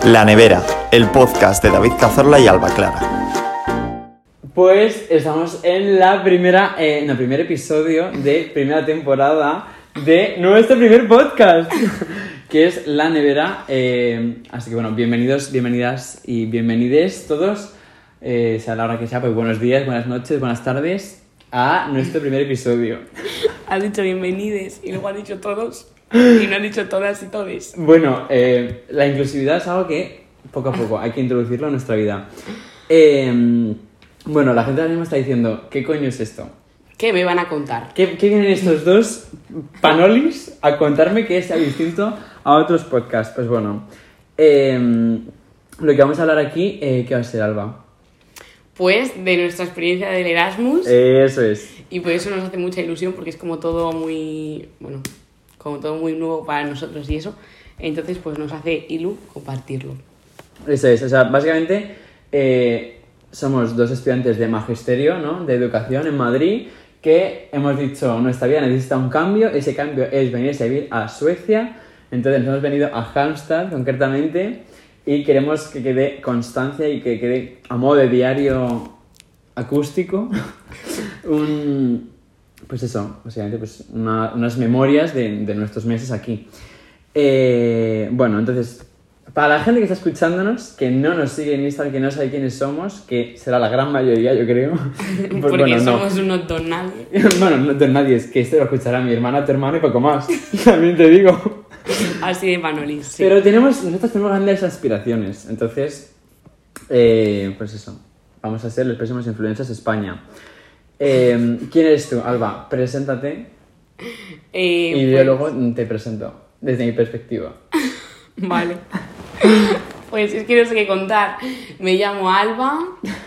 La Nevera, el podcast de David Cazorla y Alba Clara. Pues estamos en el primer episodio de primera temporada de nuestro primer podcast, que es La Nevera. Así que bueno, bienvenidos, bienvenidas y bienvenides todos, sea la hora que sea, pues buenos días, buenas noches, buenas tardes, a nuestro primer episodio. Has dicho bienvenides y luego has dicho todos y no has dicho todas y todes. Bueno, la inclusividad es algo que poco a poco hay que introducirlo en nuestra vida. Bueno, la gente ahora mismo está diciendo, ¿qué coño es esto? ¿Qué me van a contar? ¿Qué vienen estos dos panolis a contarme que sea distinto a otros podcasts? Pues bueno, lo que vamos a hablar aquí, ¿qué va a ser, Alba? Pues de nuestra experiencia del Erasmus. Eso es. Y por eso nos hace mucha ilusión, porque es como todo muy, bueno, como todo muy nuevo para nosotros y eso. Entonces, pues nos hace ilu compartirlo. Eso es, o sea, básicamente somos dos estudiantes de magisterio, ¿no? De educación en Madrid, que hemos dicho, nuestra vida necesita un cambio, ese cambio es venir a vivir a Suecia. Entonces nos hemos venido a Halmstad concretamente y queremos que quede constancia y que quede a modo de diario acústico pues eso, básicamente pues unas memorias de nuestros meses aquí. Bueno, entonces, para la gente que está escuchándonos, que no nos sigue en Instagram, que no sabe quiénes somos, que será la gran mayoría, yo creo. Pues, porque bueno, somos unos don nadie. Bueno, no don nadie, es que esto lo escuchará mi hermana, tu hermano y poco más. También te digo. Así de panolis, sí. Pero nosotros tenemos grandes aspiraciones, entonces, pues eso, vamos a ser los próximos influencers de España. ¿Quién eres tú, Alba? Preséntate y yo luego te presento desde mi perspectiva. Vale. Pues es que no sé qué contar. Me llamo Alba.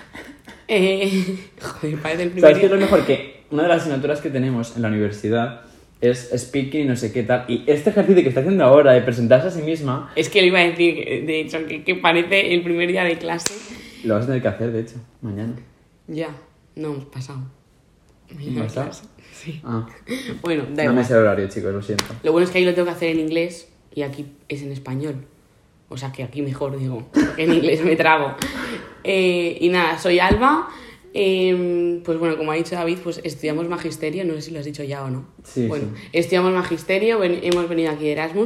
Joder, parece el primer. ¿Sabes qué es lo mejor? Que una de las asignaturas que tenemos en la universidad es speaking y no sé qué tal. Y este ejercicio que está haciendo ahora de presentarse a sí misma... Es que lo iba a decir, de hecho, que parece el primer día de clase. Lo vas a tener que hacer, de hecho, mañana. Ya, no, hemos pasado. ¿Pasado? Sí. Ah. Bueno, da No igual. me sé el horario, chicos, lo siento. Lo bueno es que ahí lo tengo que hacer en inglés y aquí es en español. O sea, que aquí mejor, digo, porque en inglés me trabo. Y nada, soy Alba. Pues bueno, como ha dicho David, pues estudiamos magisterio. No sé si lo has dicho ya o no. Sí, bueno, sí. estudiamos magisterio, hemos venido aquí de Erasmus.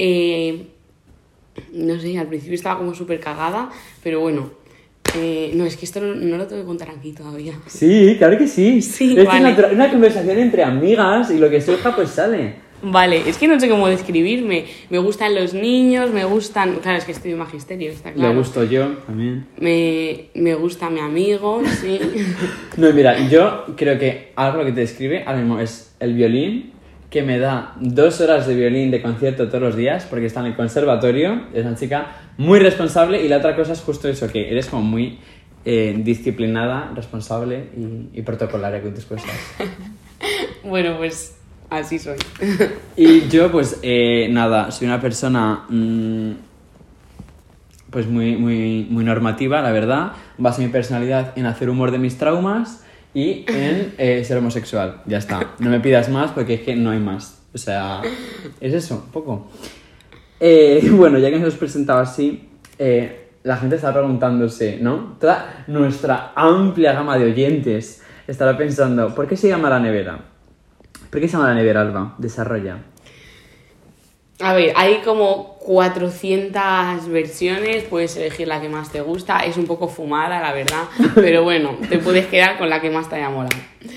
No sé, al principio estaba como súper cagada, pero bueno... no, es que esto no lo tengo que contar aquí todavía. Sí, claro que sí. Sí, es vale. una conversación entre amigas y lo que surja pues sale. Vale, es que no sé cómo describirme. Me gustan los niños, me gustan... Claro, es que estudio magisterio, está claro. Le gusto yo también. Me gusta mi amigo, sí. No, mira, yo creo que algo que te describe ahora mismo es el violín, que me da 2 horas de violín de concierto todos los días porque está en el conservatorio. Es una chica muy responsable y la otra cosa es justo eso, que eres como muy disciplinada, responsable y protocolaria con tus cosas. Bueno, pues así soy. Y yo pues nada, soy una persona pues muy normativa, la verdad. Baso mi personalidad en hacer humor de mis traumas y en ser homosexual. Ya está, no me pidas más porque es que no hay más. O sea, es eso, un poco. Bueno, ya que nos hemos presentado así, la gente está preguntándose, ¿no? Toda nuestra amplia gama de oyentes estará pensando, ¿por qué se llama La Nevera? ¿Por qué se llama La Nevera, Alba? Desarrolla. A ver, hay como 400 versiones, puedes elegir la que más te gusta. Es un poco fumada, la verdad, pero bueno, te puedes quedar con la que más te haya molado.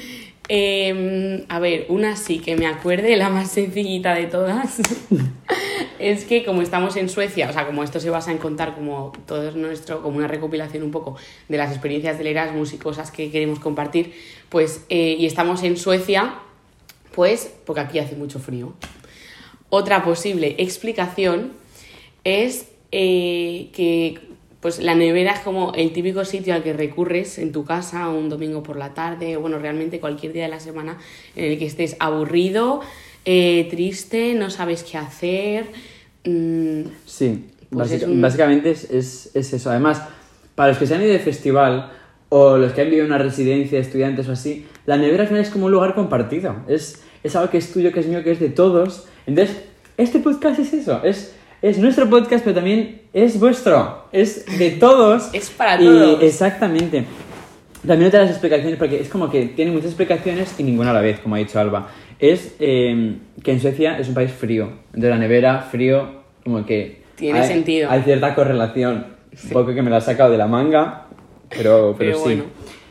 A ver, una sí que me acuerde, la más sencillita de todas, es que como estamos en Suecia, o sea, como esto se basa en contar como todo nuestro, como una recopilación un poco de las experiencias del Erasmus y cosas que queremos compartir, pues, y estamos en Suecia, pues, porque aquí hace mucho frío. Otra posible explicación es que pues la nevera es como el típico sitio al que recurres en tu casa un domingo por la tarde, o bueno, realmente cualquier día de la semana en el que estés aburrido, triste, no sabes qué hacer. Sí, Pues básicamente es eso. Además, para los que se han ido de festival o los que han vivido en una residencia de estudiantes o así, la nevera al final es como un lugar compartido. Es algo que es tuyo, que es mío, que es de todos. Entonces, este podcast es eso, es es nuestro podcast, pero también es vuestro. Es de todos. Es para todos. Exactamente. También otra de las explicaciones, porque es como que tiene muchas explicaciones y ninguna a la vez, como ha dicho Alba. Es que en Suecia es un país frío. Entonces la nevera, frío, como que... Tiene sentido. Hay cierta correlación. Sí. Un poco que me la ha sacado de la manga, pero sí. Bueno.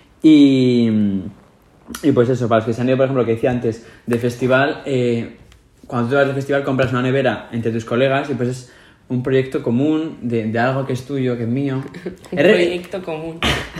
Y pues eso, para los que se han ido, por ejemplo, lo que decía antes, de festival, cuando tú vas de festival compras una nevera entre tus colegas y pues es un proyecto común de algo que es tuyo, que es mío. Un proyecto común.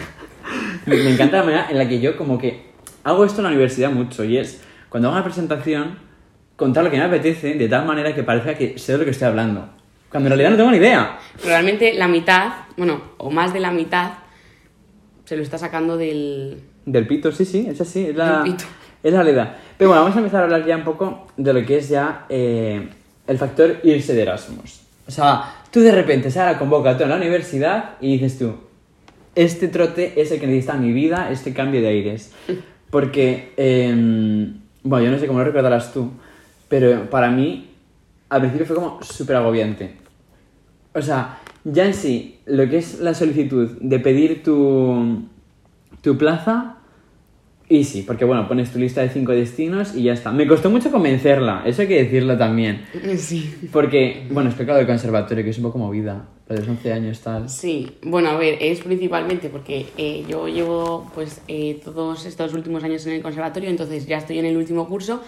Me encanta la manera en la que yo como que hago esto en la universidad mucho y es cuando hago una presentación contar lo que me apetece de tal manera que parezca que sé de lo que estoy hablando, cuando en realidad no tengo ni idea. Realmente la mitad, bueno, o más de la mitad, se lo está sacando del pito, sí, es así, es la pito. Es la realidad. Pero bueno, vamos a empezar a hablar ya un poco de lo que es ya el factor irse de Erasmus. O sea, tú de repente sales a la convocatoria en la universidad y dices tú, este trote es el que necesita mi vida, este cambio de aires. Porque, bueno, yo no sé cómo lo recordarás tú, pero para mí, al principio fue como súper agobiante. O sea, ya en sí, lo que es la solicitud de pedir tu plaza, y sí, porque bueno, pones tu lista de 5 destinos y ya está. Me costó mucho convencerla, eso hay que decirlo también. Sí. Porque, bueno, es pecado del conservatorio, que es un poco movida, lo de los 11 años tal. Sí, bueno, a ver, es principalmente porque yo llevo pues todos estos últimos años en el conservatorio, entonces ya estoy en el último curso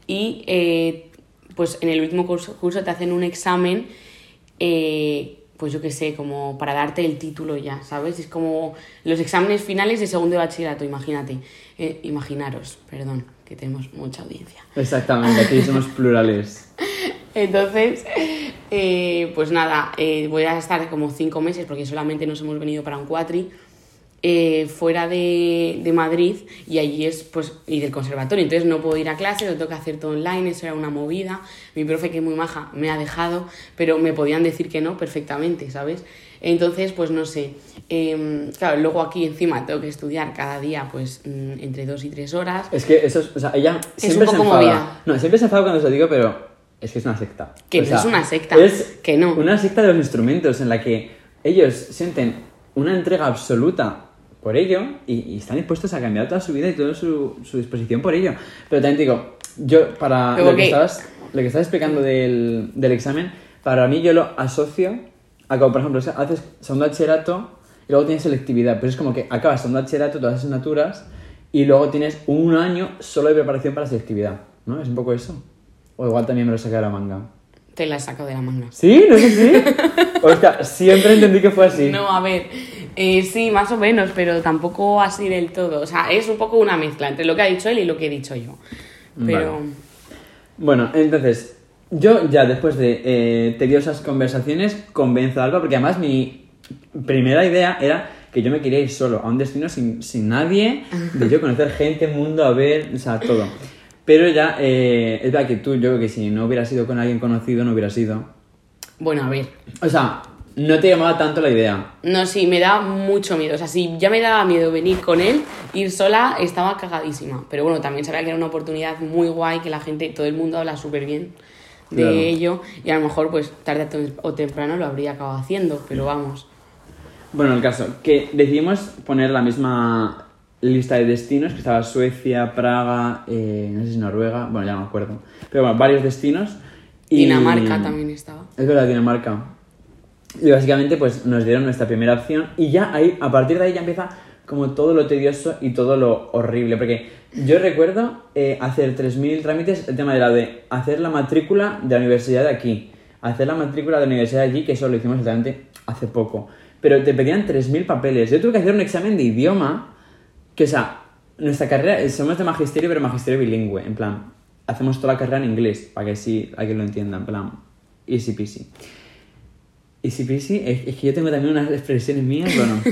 y pues en el último curso te hacen un examen, pues yo qué sé, como para darte el título ya, ¿sabes? Es como los exámenes finales de segundo de bachillerato, imagínate. Imaginaros, perdón, que tenemos mucha audiencia. Exactamente, aquí somos plurales. Entonces, pues nada, voy a estar como 5 meses, porque solamente nos hemos venido para un cuatri, fuera de Madrid, y allí es, pues, y del conservatorio, entonces no puedo ir a clase, lo tengo que hacer todo online, eso era una movida. Mi profe, que es muy maja, me ha dejado, pero me podían decir que no perfectamente, ¿sabes? Entonces, pues no sé, claro, luego aquí encima tengo que estudiar cada día, pues, entre 2 y 3 horas. Es que eso es, o sea, ella siempre un poco se enfada. movida. No, siempre se enfada cuando se lo digo, pero es que es una secta. Que o no sea, es una secta, es que no. Una secta de los instrumentos en la que ellos sienten una entrega absoluta por ello y están dispuestos a cambiar toda su vida y toda su disposición por ello. Pero también digo, yo para lo que estabas explicando del examen, para mí yo lo asocio a como, por ejemplo, haces segundo bachillerato y luego tienes selectividad, pero es como que acabas segundo bachillerato, todas las asignaturas, y luego tienes un año solo de preparación para selectividad, ¿no? Es un poco eso. O igual también me lo saqué de la manga. Te la saco de la manga. ¿Sí? ¿No es así? Hostia, siempre entendí que fue así. No, a ver, sí, más o menos, pero tampoco así del todo. O sea, es un poco una mezcla entre lo que ha dicho él y lo que he dicho yo. Pero... Vale. Bueno, entonces, yo ya después de tediosas conversaciones convenzo a Alba, porque además mi primera idea era que yo me quería ir solo a un destino sin nadie, de yo conocer gente, mundo, a ver, o sea, todo. Pero ya, es verdad que tú, yo creo que si no hubieras ido con alguien conocido, no hubieras ido. Bueno, a ver. O sea, no te llamaba tanto la idea. No, sí, me da mucho miedo. O sea, si ya me daba miedo venir con él, ir sola, estaba cagadísima. Pero bueno, también sabía que era una oportunidad muy guay, que la gente, todo el mundo habla súper bien de Claro. ello. Y a lo mejor, pues, tarde o temprano lo habría acabado haciendo, pero vamos. Bueno, el caso, que decidimos poner la misma lista de destinos, que estaba Suecia, Praga, no sé si Noruega, bueno, ya no me acuerdo. Pero bueno, varios destinos. Y... Dinamarca también estaba. Es verdad, Dinamarca. Y básicamente pues nos dieron nuestra primera opción y ya ahí, a partir de ahí ya empieza como todo lo tedioso y todo lo horrible. Porque yo recuerdo hacer 3.000 trámites, el tema de hacer la matrícula de la universidad de aquí, hacer la matrícula de la universidad de allí, que eso lo hicimos exactamente hace poco. Pero te pedían 3.000 papeles. Yo tuve que hacer un examen de idioma, que o sea, nuestra carrera, somos de magisterio, pero magisterio bilingüe, en plan, hacemos toda la carrera en inglés, para que sí alguien lo entienda, en plan, easy peasy. Easy peasy, es que yo tengo también unas expresiones mías, bueno.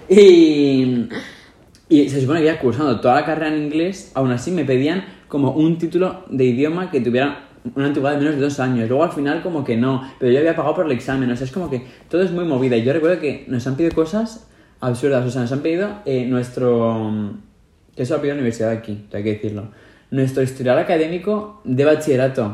Y se supone que ya cursando toda la carrera en inglés, aún así me pedían como un título de idioma que tuviera una antigüedad de menos de 2 años. Luego al final como que no, pero yo había pagado por el examen, o sea, es como que todo es muy movida. Y yo recuerdo que nos han pedido cosas absurdas, o sea, nos han pedido nuestro... que eso lo ha pedido la universidad de aquí, hay que decirlo. Nuestro historial académico de bachillerato.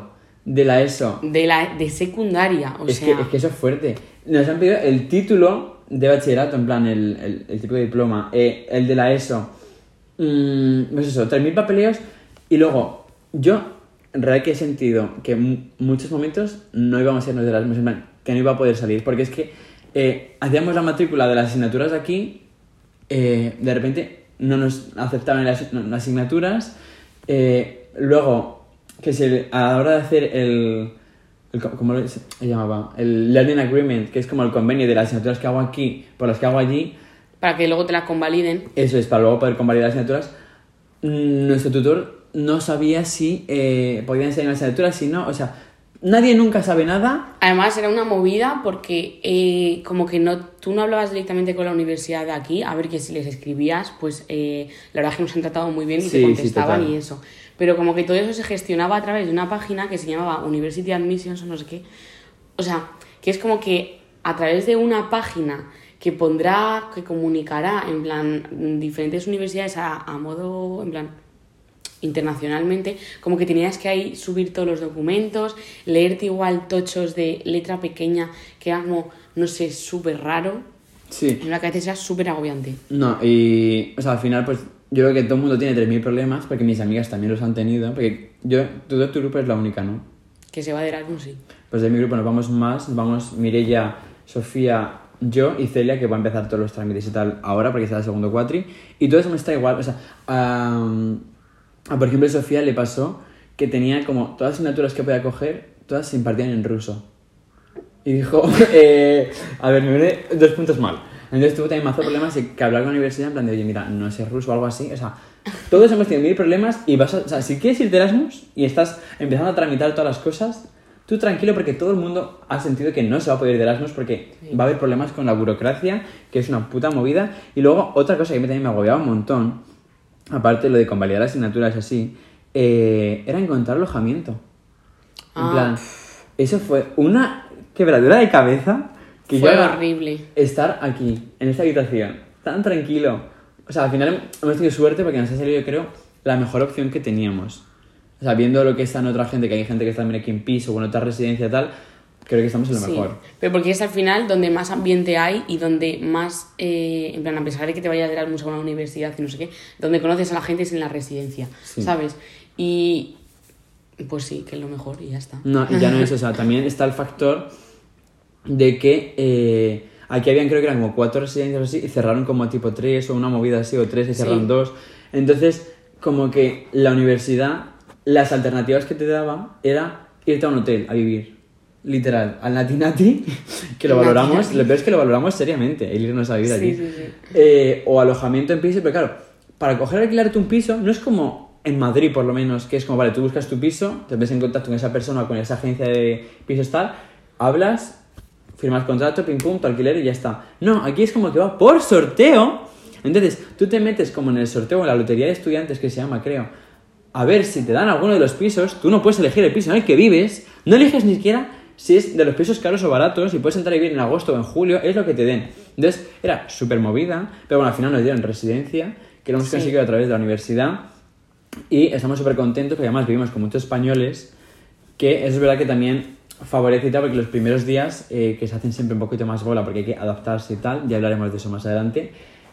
De la ESO. De secundaria, Es que eso es fuerte. Nos han pedido el título de bachillerato, en plan, el tipo de diploma, el de la ESO. Pues eso, 3.000 papeleos. Y luego, yo, en realidad que he sentido que en muchos momentos no íbamos a irnos de las mesas, en plan, que no iba a poder salir. Porque es que hacíamos la matrícula de las asignaturas de aquí, de repente no nos aceptaban las asignaturas, luego, que a la hora de hacer ¿cómo se llamaba? El Learning Agreement, que es como el convenio de las asignaturas que hago aquí por las que hago allí. Para que luego te la convaliden. Eso es, para luego poder convalidar las asignaturas. Nuestro tutor no sabía si podían enseñar las asignaturas, si no, o sea, nadie nunca sabe nada. Además era una movida porque como que tú no hablabas directamente con la universidad de aquí, a ver que si les escribías, pues la verdad es que nos han tratado muy bien y te contestaban y eso. Pero como que todo eso se gestionaba a través de una página que se llamaba University Admissions o no sé qué. O sea, que es como que a través de una página que comunicará en plan diferentes universidades a modo, en plan, internacionalmente, como que tenías que ahí subir todos los documentos, leerte igual tochos de letra pequeña, que era como, no sé, súper raro. Sí. En la cabeza era súper agobiante. No, y, o sea, al final, pues, yo creo que todo el mundo tiene 3.000 problemas, porque mis amigas también los han tenido, porque tú de tu grupo es la única, ¿no? Que se va de Erasmus, sí. Pues de mi grupo nos vamos Mireia, Sofía, yo y Celia, que va a empezar todos los trámites y tal ahora, porque está el segundo cuatri, y todo eso me está igual, o sea, por ejemplo, a Sofía le pasó que tenía como todas las asignaturas que podía coger, todas se impartían en ruso. Y dijo, a ver, me viene 2 puntos mal. Entonces tuvo también más problemas de que hablar con la universidad en plan de, oye, mira, no sé ruso o algo así. O sea, todos hemos tenido 1.000 problemas y o sea, si quieres ir de Erasmus y estás empezando a tramitar todas las cosas, tú tranquilo porque todo el mundo ha sentido que no se va a poder ir de Erasmus porque va a haber problemas con la burocracia, que es una puta movida. Y luego, otra cosa que también me agobiaba un montón, aparte de lo de convalidar asignaturas así, era encontrar alojamiento. En plan, eso fue una quebradura de cabeza que fue yo horrible. Estar aquí, en esta habitación, tan tranquilo. O sea, al final hemos tenido suerte porque nos ha salido, yo creo, la mejor opción que teníamos. O sea, viendo lo que está en otra gente, que hay gente que está también aquí en piso o en otra residencia y tal, creo que estamos en lo mejor. Pero porque es al final donde más ambiente hay y donde más, en plan, a pesar de que te vayas de Erasmus a una universidad y no sé qué, donde conoces a la gente es en la residencia, ¿sabes? Y pues sí, que es lo mejor y ya está. No, y ya no es, o sea, también está el factor de que aquí habían, creo que eran como 4 residencias así y cerraron como tipo 3 o una movida así o 3 y cerraron 2. Entonces, como que la universidad, las alternativas que te daba era irte a un hotel a vivir. Literal, al Nati Nati, que lo valoramos, lo peor es que lo valoramos seriamente, el irnos a vivir allí. Sí. O alojamiento en piso, pero claro, para coger alquilarte un piso no es como en Madrid, por lo menos, que es como, vale, tú buscas tu piso, te ves en contacto con esa persona o con esa agencia de pisos tal, hablas, firmas contrato, pim pum, tu alquiler y ya está. No, aquí es como que va por sorteo. Entonces, tú te metes como en el sorteo, en la lotería de estudiantes que se llama, creo, a ver si te dan alguno de los pisos. Tú no puedes elegir el piso en el que vives, no eliges ni siquiera si es de los pisos caros o baratos y puedes entrar y vivir en agosto o en julio, es lo que te den. Entonces, era súper movida, pero bueno, al final nos dieron residencia, que lo hemos conseguido a través de la universidad y estamos súper contentos, porque además vivimos con muchos españoles, que eso es verdad que también favorece y tal, porque los primeros días que se hacen siempre un poquito más bola porque hay que adaptarse y tal, ya hablaremos de eso más adelante,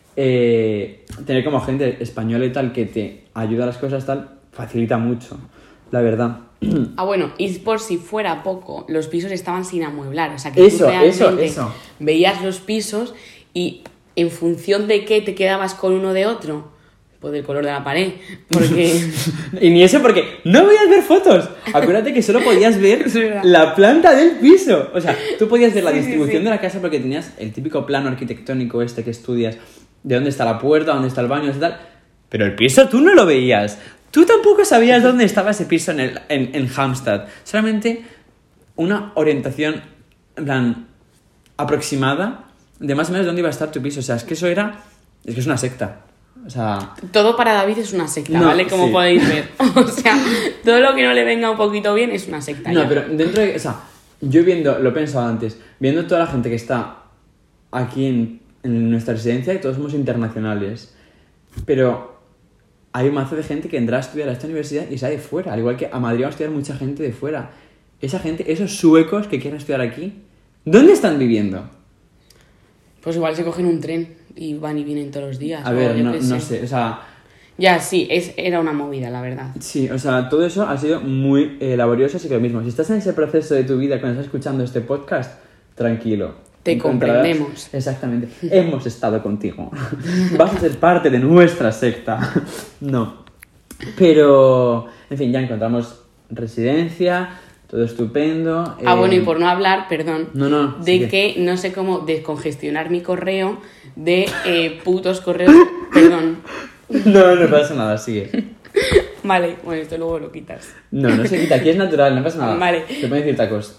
tener como gente española y tal que te ayuda a las cosas tal, facilita mucho, la verdad. Bueno, y por si fuera poco, los pisos estaban sin amueblar, o sea que eso, tú realmente eso. veías los pisos y en función de qué te quedabas con uno de otro, pues del color de la pared, porque... Y ni eso porque no podías ver fotos. Acuérdate que solo podías ver la planta del piso. O sea, tú podías ver la distribución de la casa porque tenías el típico plano arquitectónico este que estudias, de dónde está la puerta, dónde está el baño, y tal. Pero el piso tú no lo veías. Tú tampoco sabías dónde estaba ese piso en Hampstead. Solamente una orientación, en plan, aproximada de más o menos dónde iba a estar tu piso. O sea, es que eso era... Es que es una secta. O sea... Todo para David es una secta, no, ¿vale? Como podéis ver. O sea, todo lo que no le venga un poquito bien es una secta. No, ya. pero dentro de... O sea, yo viendo... Lo he pensado antes. Viendo toda la gente que está aquí en nuestra residencia, y todos somos internacionales. Pero hay un mazo de gente que entra a estudiar a esta universidad y sale de fuera. Al igual que a Madrid va a estudiar mucha gente de fuera. esa gente, esos suecos que quieren estudiar aquí, ¿dónde están viviendo? Pues igual se cogen un tren y van y vienen todos los días. A ver, no sé, o sea... Ya, sí, era una movida, la verdad. Sí, o sea, todo eso ha sido muy laborioso, así que lo mismo. Si estás en ese proceso de tu vida cuando estás escuchando este podcast, tranquilo. Te comprendemos. Exactamente. Hemos estado contigo. Vas a ser parte de nuestra secta. No. Pero, en fin, ya encontramos residencia, todo estupendo. Bueno, y por no hablar, perdón, sigue. que no sé cómo descongestionar mi correo de putos correos... Perdón. No pasa nada, sigue. Vale, bueno, esto luego lo quitas. No se quita, aquí es natural, no pasa nada. Vale. Te pueden decir tacos.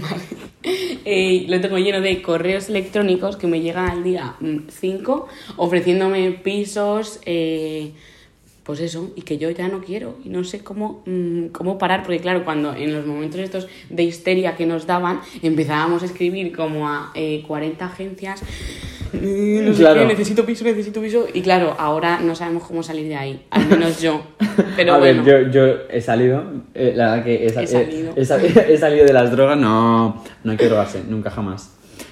Vale. Lo tengo lleno de correos electrónicos que me llegan al día 5 ofreciéndome pisos, pues eso, y que yo ya no quiero y no sé cómo parar, porque claro, cuando en los momentos estos de histeria que nos daban empezábamos a escribir como a 40 agencias, no sé Claro. qué, necesito piso, y claro, ahora no sabemos cómo salir de ahí, al menos yo, pero a bueno. ver, yo he salido, la verdad que he salido de las drogas, no hay que drogarse, nunca jamás.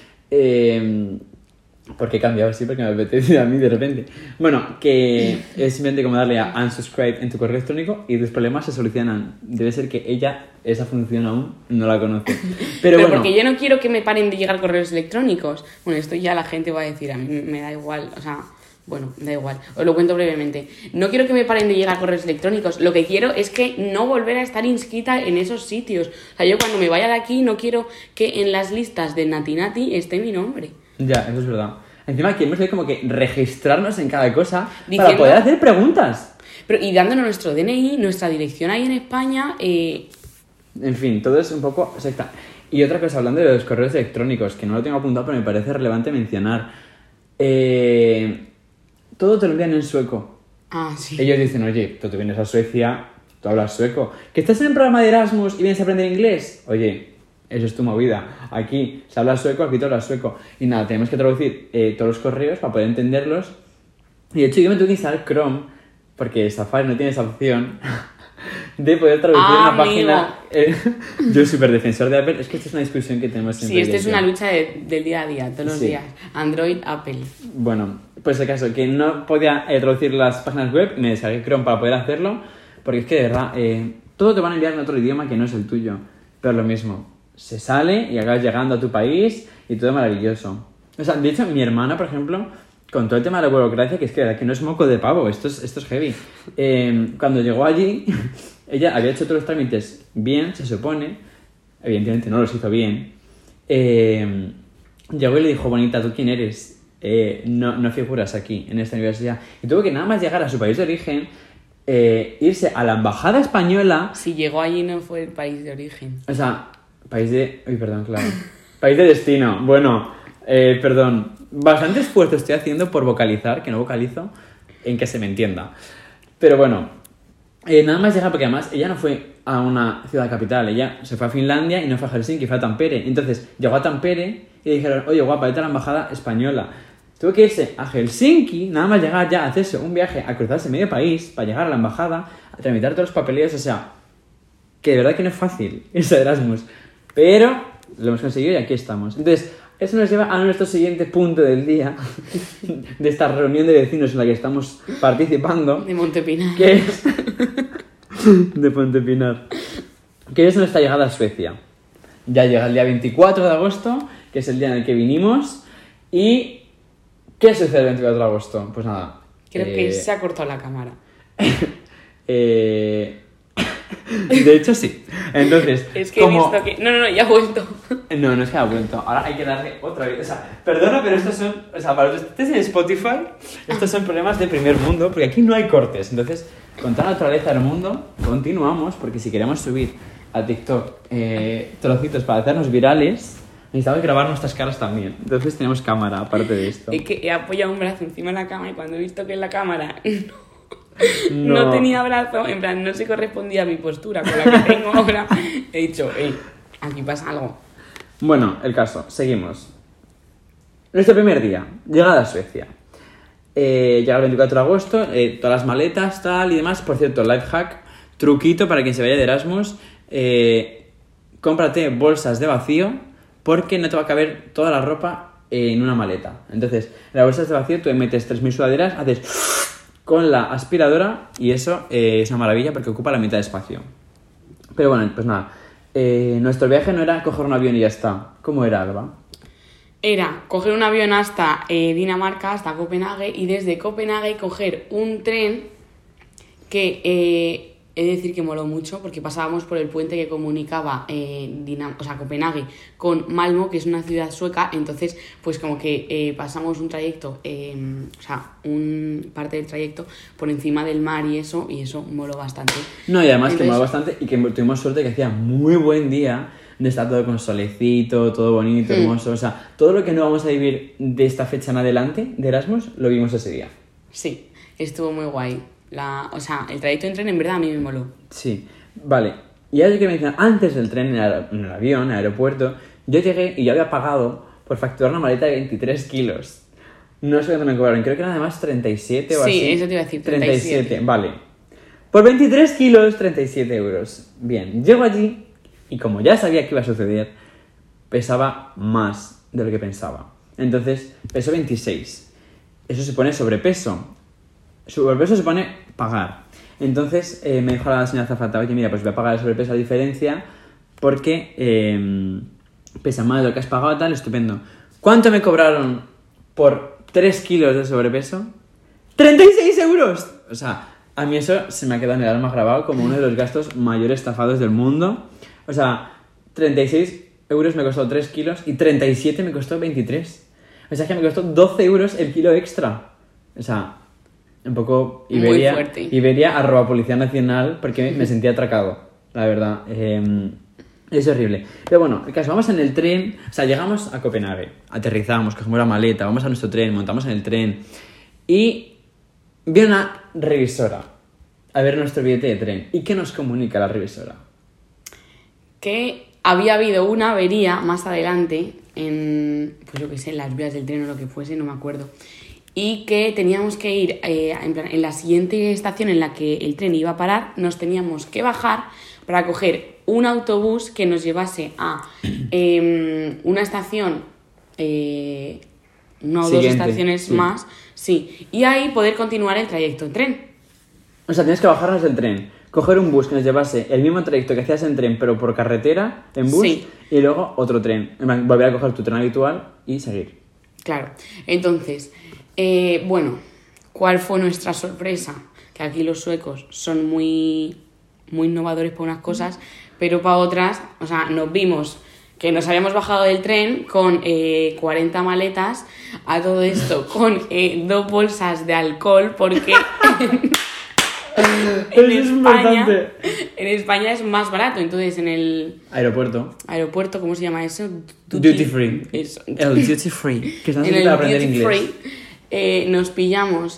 Porque he cambiado, sí, porque me apetece a mí de repente. Bueno, que es simplemente como darle a unsubscribe en tu correo electrónico y tus problemas se solucionan. Debe ser que ella esa función aún no la conoce. Pero bueno, porque yo no quiero que me paren de llegar correos electrónicos. Bueno, esto ya la gente va a decir, a mí me da igual, o sea... Bueno, da igual, os lo cuento brevemente. No quiero que me paren de llegar correos electrónicos. Lo que quiero es que no volver a estar inscrita en esos sitios. O sea, yo cuando me vaya de aquí no quiero que en las listas de Nati Nati esté mi nombre. ya, eso es verdad. Encima aquí hemos de como que registrarnos en cada cosa Diciendo... para poder hacer preguntas. Y dándonos nuestro DNI, nuestra dirección ahí en España... En fin, todo es un poco secta. Y otra cosa, hablando de los correos electrónicos, que no lo tengo apuntado, pero me parece relevante mencionar. Todo te lo envían en sueco. Ah, sí. Ellos dicen, oye, tú te vienes a Suecia, tú hablas sueco. ¿Que estás en el programa de Erasmus y vienes a aprender inglés? Oye, eso es tu movida. Aquí se habla sueco, aquí tú hablas sueco. Y nada, tenemos que traducir todos los correos para poder entenderlos. Y de hecho yo me tuve que instalar Chrome, porque Safari no tiene esa opción de poder traducir una página. Yo súper defensor de Apple. Es que esta es una discusión que tenemos siempre. Sí, esta es una lucha del día a día, todos los Sí. días. Android, Apple. Bueno, pues el caso, que no podía traducir las páginas web, me descargué Chrome para poder hacerlo, porque es que de verdad, todo te van a enviar en otro idioma que no es el tuyo, pero lo mismo, se sale y acabas llegando a tu país y todo maravilloso. O sea, de hecho, mi hermana, por ejemplo, con todo el tema de la burocracia, que es que no es moco de pavo, esto es heavy. Cuando llegó allí, ella había hecho todos los trámites bien, se supone, evidentemente no los hizo bien. Llegó y le dijo, bonita, ¿tú quién eres? No figuras aquí, en esta universidad. Y tuvo que nada más llegar a su país de origen, irse a la embajada española. Si llegó allí no fue el país de origen. O sea, país de... Uy, perdón, claro. País de destino. Bueno, perdón. Bastante esfuerzo estoy haciendo por vocalizar, que no vocalizo, en que se me entienda. Pero bueno, nada más llegar, porque además ella no fue a una ciudad capital, ella se fue a Finlandia y no fue a Helsinki, fue a Tampere. Entonces llegó a Tampere y dijeron, oye guapa, vete a la embajada española. Tuvo que irse a Helsinki, nada más llegar ya a hacerse un viaje, a cruzarse medio país para llegar a la embajada, a tramitar todos los papeleos, o sea, que de verdad que no es fácil irse a Erasmus, pero lo hemos conseguido y aquí estamos. Entonces, eso nos lleva a nuestro siguiente punto del día, de esta reunión de vecinos en la que estamos participando, De Montepinar. que es de Pontepinar, que es nuestra llegada a Suecia. Ya llega el día 24 de agosto, que es el día en el que vinimos, y ¿qué sucede el 24 de agosto? Pues nada. Creo que se ha cortado la cámara. De hecho, sí. Entonces, Es que como... he visto que... No, ya ha vuelto. No es que ha vuelto. Ahora hay que darle otra vez. O sea, perdona, pero estos son... O sea, para los que estés en Spotify, estos son problemas de primer mundo, porque aquí no hay cortes. Entonces, con toda la naturaleza del mundo, continuamos, porque si queremos subir a TikTok trocitos para hacernos virales, necesitamos grabar nuestras caras también. Entonces tenemos cámara, aparte de esto. Es que he apoyado un brazo encima de la cama y cuando he visto que en la cámara no tenía brazo, en plan, no se correspondía a mi postura con la que tengo ahora, he dicho, aquí pasa algo. Bueno, el caso, seguimos. Nuestro primer día, llegada a Suecia. Llega el 24 de agosto, todas las maletas, tal y demás. Por cierto, life hack, truquito para quien se vaya de Erasmus, cómprate bolsas de vacío porque no te va a caber toda la ropa en una maleta. Entonces, en las bolsas de vacío tú metes 3.000 sudaderas, haces con la aspiradora y eso es una maravilla porque ocupa la mitad de espacio. Pero bueno, pues nada, nuestro viaje no era coger un avión y ya está. ¿Cómo era, Alba? Era coger un avión hasta Dinamarca, hasta Copenhague, y desde Copenhague coger un tren que he de decir que moló mucho porque pasábamos por el puente que comunicaba Copenhague con Malmö, que es una ciudad sueca. Entonces pues como que pasamos un trayecto, un parte del trayecto por encima del mar y eso moló bastante. No, y además que moló bastante y que tuvimos suerte que hacía muy buen día, de estar todo con solecito, todo bonito, hermoso. O sea, todo lo que no vamos a vivir de esta fecha en adelante de Erasmus lo vimos ese día. Sí, estuvo muy guay. El trayecto en tren en verdad a mí me moló. Sí, vale. Y ahora que mencionar, antes del tren, en el avión, en el aeropuerto, yo llegué y yo había pagado por facturar una maleta de 23 kilos. No sé cuánto me cobraron, creo que eran además 37 o así. Sí, eso te iba a decir, 37. Vale. Por 23 kilos, 37 euros. Bien, llego allí y como ya sabía que iba a suceder, pesaba más de lo que pensaba. Entonces, pesó 26. Eso se pone sobrepeso. Sobrepeso se pone pagar. Entonces me dijo la señora azafata: oye, mira, pues voy a pagar el sobrepeso a diferencia porque pesa más de lo que has pagado, tal, estupendo. ¿Cuánto me cobraron por 3 kilos de sobrepeso? ¡36 euros! O sea, a mí eso se me ha quedado en el alma grabado como uno de los gastos mayores estafados del mundo. O sea, 36 euros me costó 3 kilos y 37 me costó 23. O sea, que me costó 12 euros el kilo extra. O sea, un poco Iberia, muy fuerte. Iberia @ Policía Nacional, porque me sentía atracado, la verdad. Es horrible. Pero bueno, el caso, vamos en el tren, o sea, llegamos a Copenhague, aterrizamos, cogemos la maleta, vamos a nuestro tren, montamos en el tren y viene una revisora a ver nuestro billete de tren. ¿Y qué nos comunica la revisora? Que había habido una avería más adelante en, pues yo qué sé, en las vías del tren o lo que fuese, no me acuerdo. Y que teníamos que ir, en la siguiente estación en la que el tren iba a parar, nos teníamos que bajar para coger un autobús que nos llevase a una estación, una o dos estaciones sí. más, sí, y ahí poder continuar el trayecto en tren. O sea, tienes que bajarnos del tren, coger un bus que nos llevase el mismo trayecto que hacías en tren, pero por carretera, en bus, sí. Y luego otro tren. Volver a coger tu tren habitual y seguir. Claro, entonces, ¿cuál fue nuestra sorpresa? Que aquí los suecos son muy, muy innovadores para unas cosas, pero para otras, o sea, nos vimos que nos habíamos bajado del tren con 40 maletas, a todo esto con 2 bolsas de alcohol, porque en España es más barato. Entonces en el aeropuerto, ¿cómo se llama eso? Duty free. Eso. El duty free. Que estás en el aprender duty inglés. free nos pillamos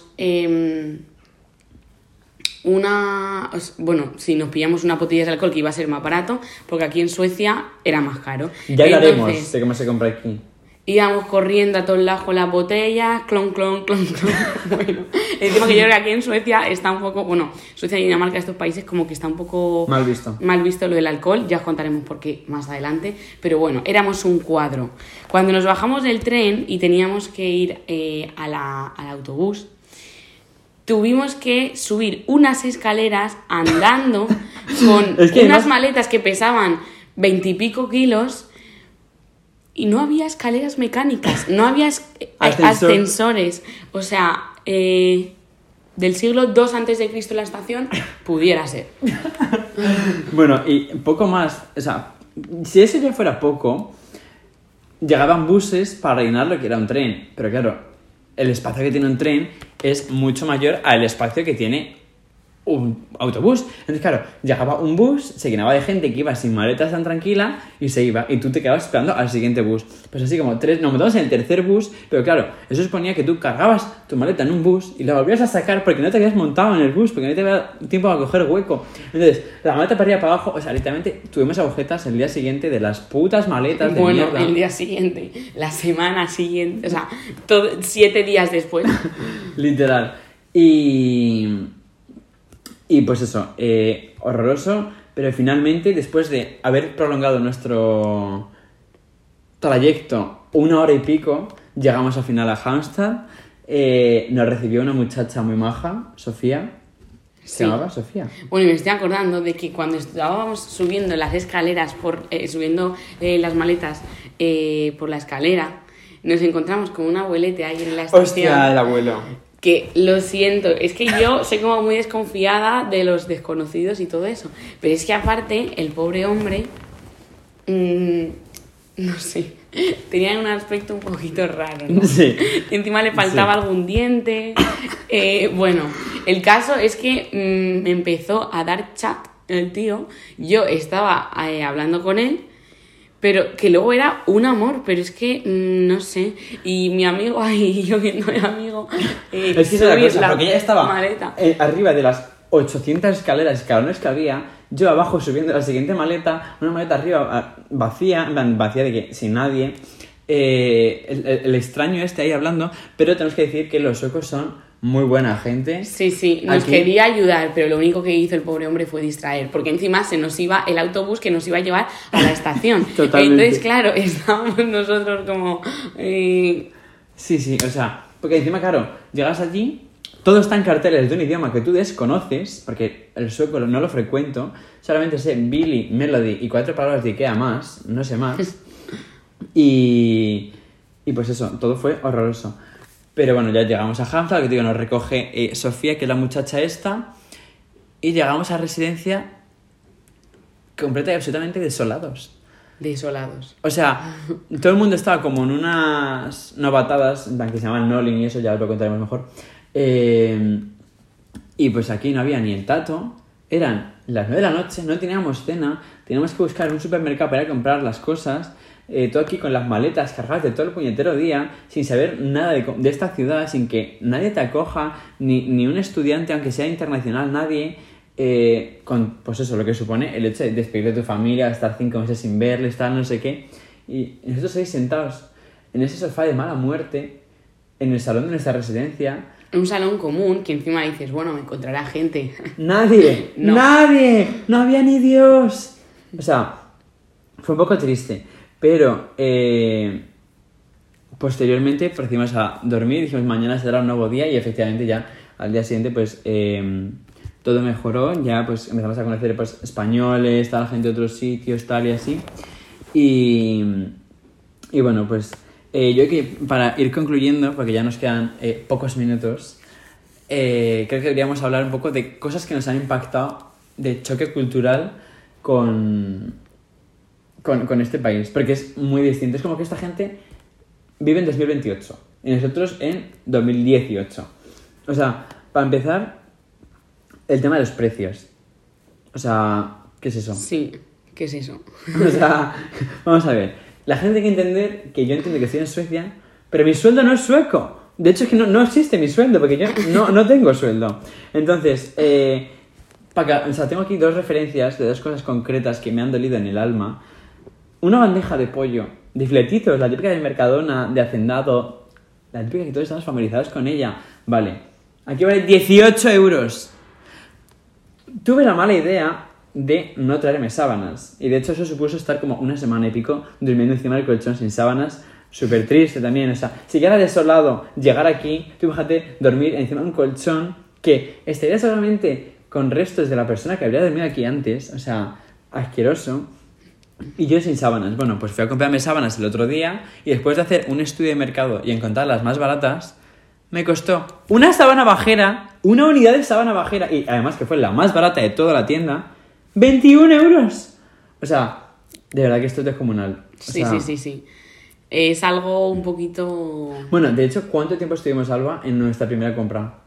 nos pillamos una botella de alcohol que iba a ser más barato, porque aquí en Suecia era más caro. Ya hablaremos de cómo se compra aquí. Íbamos corriendo a todos lados con las botellas, clon, clon, clon, clon. Bueno, encima que yo creo que aquí en Suecia está un poco, Suecia y Dinamarca, estos países, como que está un poco mal visto lo del alcohol. Ya os contaremos por qué más adelante. Pero bueno, éramos un cuadro. Cuando nos bajamos del tren y teníamos que ir al autobús, tuvimos que subir unas escaleras andando con unas maletas que pesaban 20 y pico kilos. Y no había escaleras mecánicas, no había ascensores. O sea, del siglo II a.C. la estación, pudiera ser. Bueno, y poco más. O sea, si eso ya fuera poco, llegaban buses para rellenar lo que era un tren. Pero claro, el espacio que tiene un tren es mucho mayor al espacio que tiene un autobús. Entonces, claro, llegaba un bus, se llenaba de gente que iba sin maletas tan tranquila y se iba. Y tú te quedabas esperando al siguiente bus. Pues así como nos montamos en el tercer bus, pero claro, eso suponía que tú cargabas tu maleta en un bus y la volvías a sacar porque no te habías montado en el bus, porque no te había tiempo a coger hueco. Entonces, la maleta para arriba para abajo, o sea, literalmente tuvimos agujetas el día siguiente de las putas maletas de mierda. Bueno, el día siguiente, la semana siguiente, o sea, 7 días después. Literal. Y pues eso, horroroso. pero finalmente, después de haber prolongado nuestro trayecto 1 hora y pico, llegamos al final a Halmstad. Nos recibió una muchacha muy maja, Sofía. ¿Se llamaba Sofía? Bueno, y me estoy acordando de que cuando estábamos subiendo las escaleras, subiendo las maletas por la escalera, nos encontramos con un abuelete ahí en la estación. ¡Hostia, el abuelo! Que lo siento, es que yo soy como muy desconfiada de los desconocidos y todo eso. Pero es que aparte, el pobre hombre, no sé, tenía un aspecto un poquito raro, ¿no? Sí. Encima le faltaba algún diente. Bueno, el caso es que me empezó a dar chat el tío. Yo estaba hablando con él, pero que luego era un amor, pero es que no sé. Y mi amigo ahí, yo viendo a mi amigo es que esa es la cosa, porque ella estaba maleta. Arriba de las 800 escalones que había, yo abajo subiendo la siguiente maleta, una maleta arriba vacía de que sin nadie, el extraño ahí hablando, pero tenemos que decir que los suecos son muy buena gente. Sí, nos quería ayudar, pero lo único que hizo el pobre hombre fue distraer, porque encima se nos iba el autobús que nos iba a llevar a la estación. Totalmente. Entonces, claro, estábamos nosotros como... Sí, o sea, porque encima, claro, llegas allí, todo está en carteles de un idioma que tú desconoces, porque el sueco no lo frecuento, solamente sé Billy, Melody y 4 palabras de Ikea más, no sé más. Y pues eso, todo fue horroroso. Pero bueno, ya llegamos a Halmstad, que te digo, nos recoge Sofía, que es la muchacha esta, y llegamos a la residencia completa y absolutamente desolados. Desolados. O sea, todo el mundo estaba como en unas novatadas, que se llaman Nolling y eso, ya lo contaremos mejor. Y pues aquí no había ni el tato, eran las 9 de la noche, no teníamos cena, teníamos que buscar un supermercado para ir a comprar las cosas, todo aquí con las maletas cargadas de todo el puñetero día, sin saber nada de esta ciudad, sin que nadie te acoja, ni un estudiante, aunque sea internacional, nadie, con pues eso, lo que supone el hecho de despedir de tu familia, estar 5 meses sin verle, estar no sé qué, y nosotros ahí sentados en ese sofá de mala muerte, en el salón de nuestra residencia. Un salón común que encima dices, bueno, me encontrará gente. ¡Nadie! No. ¡Nadie! ¡No había ni Dios! O sea, fue un poco triste. Pero posteriormente procedimos a dormir, dijimos mañana será un nuevo día y efectivamente ya al día siguiente pues todo mejoró, ya pues empezamos a conocer pues españoles, tal, gente de otros sitios, tal y así. Y bueno, pues yo que para ir concluyendo, porque ya nos quedan pocos minutos, creo que deberíamos hablar un poco de cosas que nos han impactado de choque cultural con este país, porque es muy distinto. Es como que esta gente vive en 2028 y nosotros en 2018. O sea, para empezar, el tema de los precios. O sea, ¿qué es eso? Sí, ¿qué es eso? O sea, vamos a ver. La gente tiene que entender que yo entiendo que estoy en Suecia, pero mi sueldo no es sueco. De hecho, es que no existe mi sueldo, porque yo no tengo sueldo. Entonces, o sea, tengo aquí 2 referencias de 2 cosas concretas que me han dolido en el alma. Una bandeja de pollo, de filetitos, la típica de Mercadona, de Hacendado, la típica que todos estamos familiarizados con ella. Vale, aquí vale 18 euros. Tuve la mala idea de no traerme sábanas. Y de hecho eso supuso estar como una semana y pico durmiendo encima del colchón sin sábanas. Súper triste también. O sea, si ya era desolado llegar aquí, tú imagínate dormir encima de un colchón que estaría solamente con restos de la persona que habría dormido aquí antes. O sea, asqueroso. Y yo sin sábanas. Bueno, pues fui a comprarme sábanas el otro día y después de hacer un estudio de mercado y encontrar las más baratas, me costó una sábana bajera, una unidad de sábana bajera, y además que fue la más barata de toda la tienda, 21 euros. O sea, de verdad que esto es descomunal. Sí. Es algo un poquito... Bueno, de hecho, ¿cuánto tiempo estuvimos, Alba, en nuestra primera compra?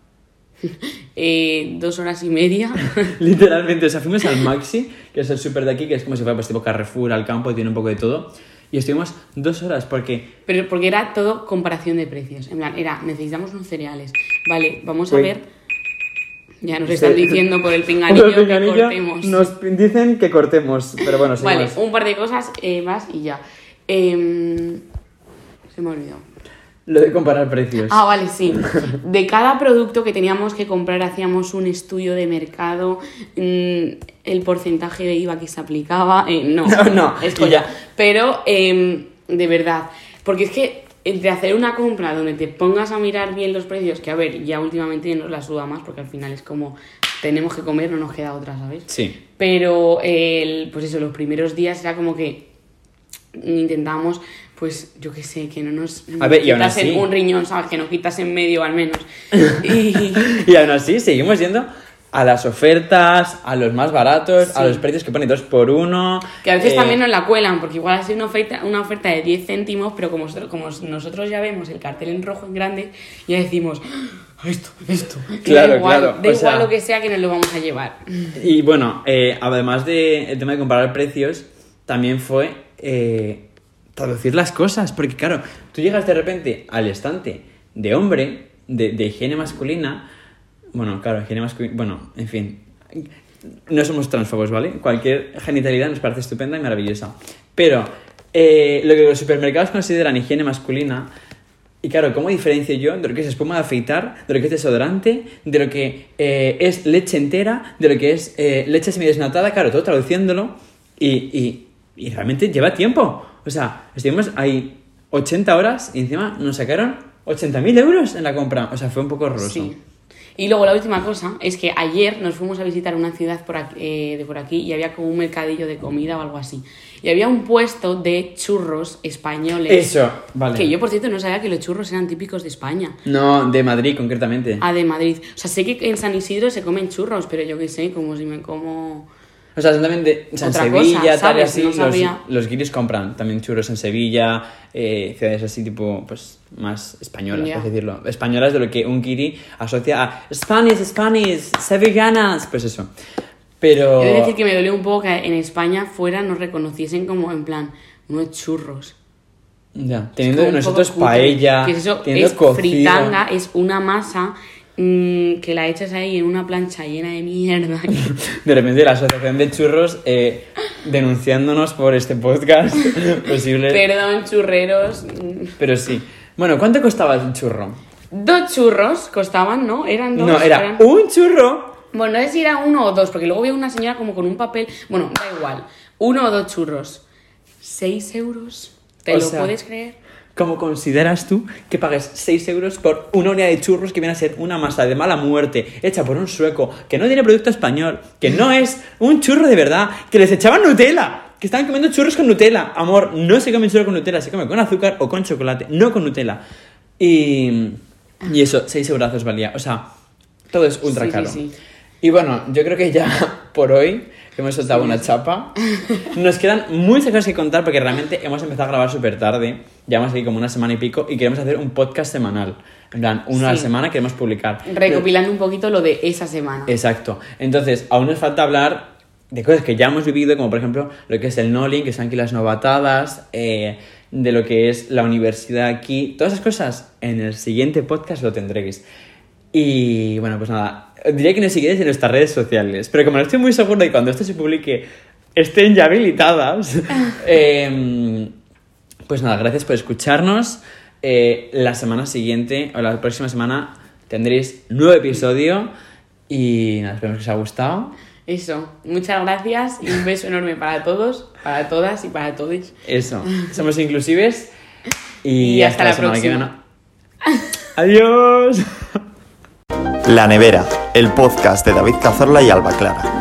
2 horas y media. Literalmente, o sea, fuimos al Maxi, que es el súper de aquí, que es como si fuera pues tipo Carrefour, al campo, y tiene un poco de todo. Y estuvimos 2 horas porque... Pero porque era todo comparación de precios. En plan, necesitamos unos cereales. Vale, vamos a ver. Ya nos están diciendo por el pinganillo que cortemos. Nos dicen que cortemos, pero bueno, seguimos. Vale, un par de cosas más y ya. Se me ha olvidado. Lo de comparar precios. Ah, vale, sí. De cada producto que teníamos que comprar hacíamos un estudio de mercado, el porcentaje de IVA que se aplicaba. No, es coña. Pero, de verdad, porque es que entre hacer una compra donde te pongas a mirar bien los precios, que a ver, ya últimamente nos la suda más, porque al final es como, tenemos que comer, no nos queda otra, ¿sabes? Sí. Pero, pues eso, los primeros días era como que intentábamos, pues yo qué sé, que no nos quitasen así... un riñón, ¿sabes? Que nos quitasen medio al menos. Y aún así seguimos yendo a las ofertas, a los más baratos, sí, a los precios que ponen 2x1. Que a veces también nos la cuelan, porque igual ha sido una oferta de 10 céntimos, pero como nosotros ya vemos el cartel en rojo en grande, ya decimos, esto. Claro, da igual lo que sea, que nos lo vamos a llevar. Y bueno, además del tema de comparar precios, también fue traducir las cosas, porque claro, tú llegas de repente al estante de hombre, de higiene masculina. Bueno, claro, higiene masculina... Bueno, en fin. No somos transfobos, ¿vale? Cualquier genitalidad nos parece estupenda y maravillosa. Pero lo que los supermercados consideran higiene masculina... Y claro, ¿cómo diferencio yo de lo que es espuma de afeitar, de lo que es desodorante, de lo que es leche entera, de lo que es leche semidesnatada? Claro, todo traduciéndolo y realmente lleva tiempo. O sea, estuvimos ahí 80 horas y encima nos sacaron 80.000 euros en la compra. O sea, fue un poco horroroso. Sí. Y luego la última cosa es que ayer nos fuimos a visitar una ciudad de por aquí y había como un mercadillo de comida o algo así. Y había un puesto de churros españoles. Eso, vale. Que yo, por cierto, no sabía que los churros eran típicos de España. No, de Madrid concretamente. Ah, de Madrid. O sea, sé que en San Isidro se comen churros, pero yo qué sé, como si me como... O sea, son también de en Sevilla, cosa, tal y así, no los guiris compran también churros en Sevilla, ciudades así tipo, pues, más españolas, por así decirlo. Españolas, de lo que un guiri asocia a Spanish, sevillanas, pues eso. Pero... Yo he de decir que me dolió un poco que en España fuera nos reconociesen como, en plan, unos churros. Ya, teniendo nosotros paella, que es eso, teniendo es cocido. fritanga, es una masa... que la echas ahí en una plancha llena de mierda. De repente la asociación de churros denunciándonos por este podcast posible. Perdón, churreros. Pero sí. Bueno, ¿cuánto costaba un churro? 2 churros costaban, ¿no? Eran 2. No, era un churro. Bueno, no sé si era 1 o 2, porque luego vi una señora como con un papel. Bueno, da igual. 1 o 2 churros. 6 euros. ¿Te lo puedes creer? ¿Cómo consideras tú que pagues 6 euros por una unidad de churros que viene a ser una masa de mala muerte, hecha por un sueco, que no tiene producto español, que no es un churro de verdad, que les echaban Nutella, que estaban comiendo churros con Nutella? Amor, no se come churro con Nutella, se come con azúcar o con chocolate, no con Nutella. Y eso, 6 eurazos valía. O sea, todo es ultra caro. Sí. Y bueno, yo creo que ya por hoy hemos soltado una chapa. Nos quedan muchas cosas que contar porque realmente hemos empezado a grabar súper tarde. Llevamos aquí como una semana y pico y queremos hacer un podcast semanal. En plan, uno a la semana queremos publicar. Recopilando un poquito lo de esa semana. Exacto. Entonces, aún nos falta hablar de cosas que ya hemos vivido, como por ejemplo lo que es el Nolling, que son aquí las novatadas, de lo que es la universidad aquí. Todas esas cosas en el siguiente podcast lo tendréis. Y bueno, pues nada, diría que nos sigáis en nuestras redes sociales, pero como no estoy muy seguro de que cuando esto se publique estén ya habilitadas, pues nada, gracias por escucharnos. La semana siguiente o la próxima semana tendréis nuevo episodio y nada, esperemos que os haya gustado. Eso, muchas gracias y un beso enorme para todos, para todas y para todos. Eso, somos inclusives y hasta la semana próxima. que viene. Adiós. La Nevera, el podcast de David Cazorla y Alba Clara.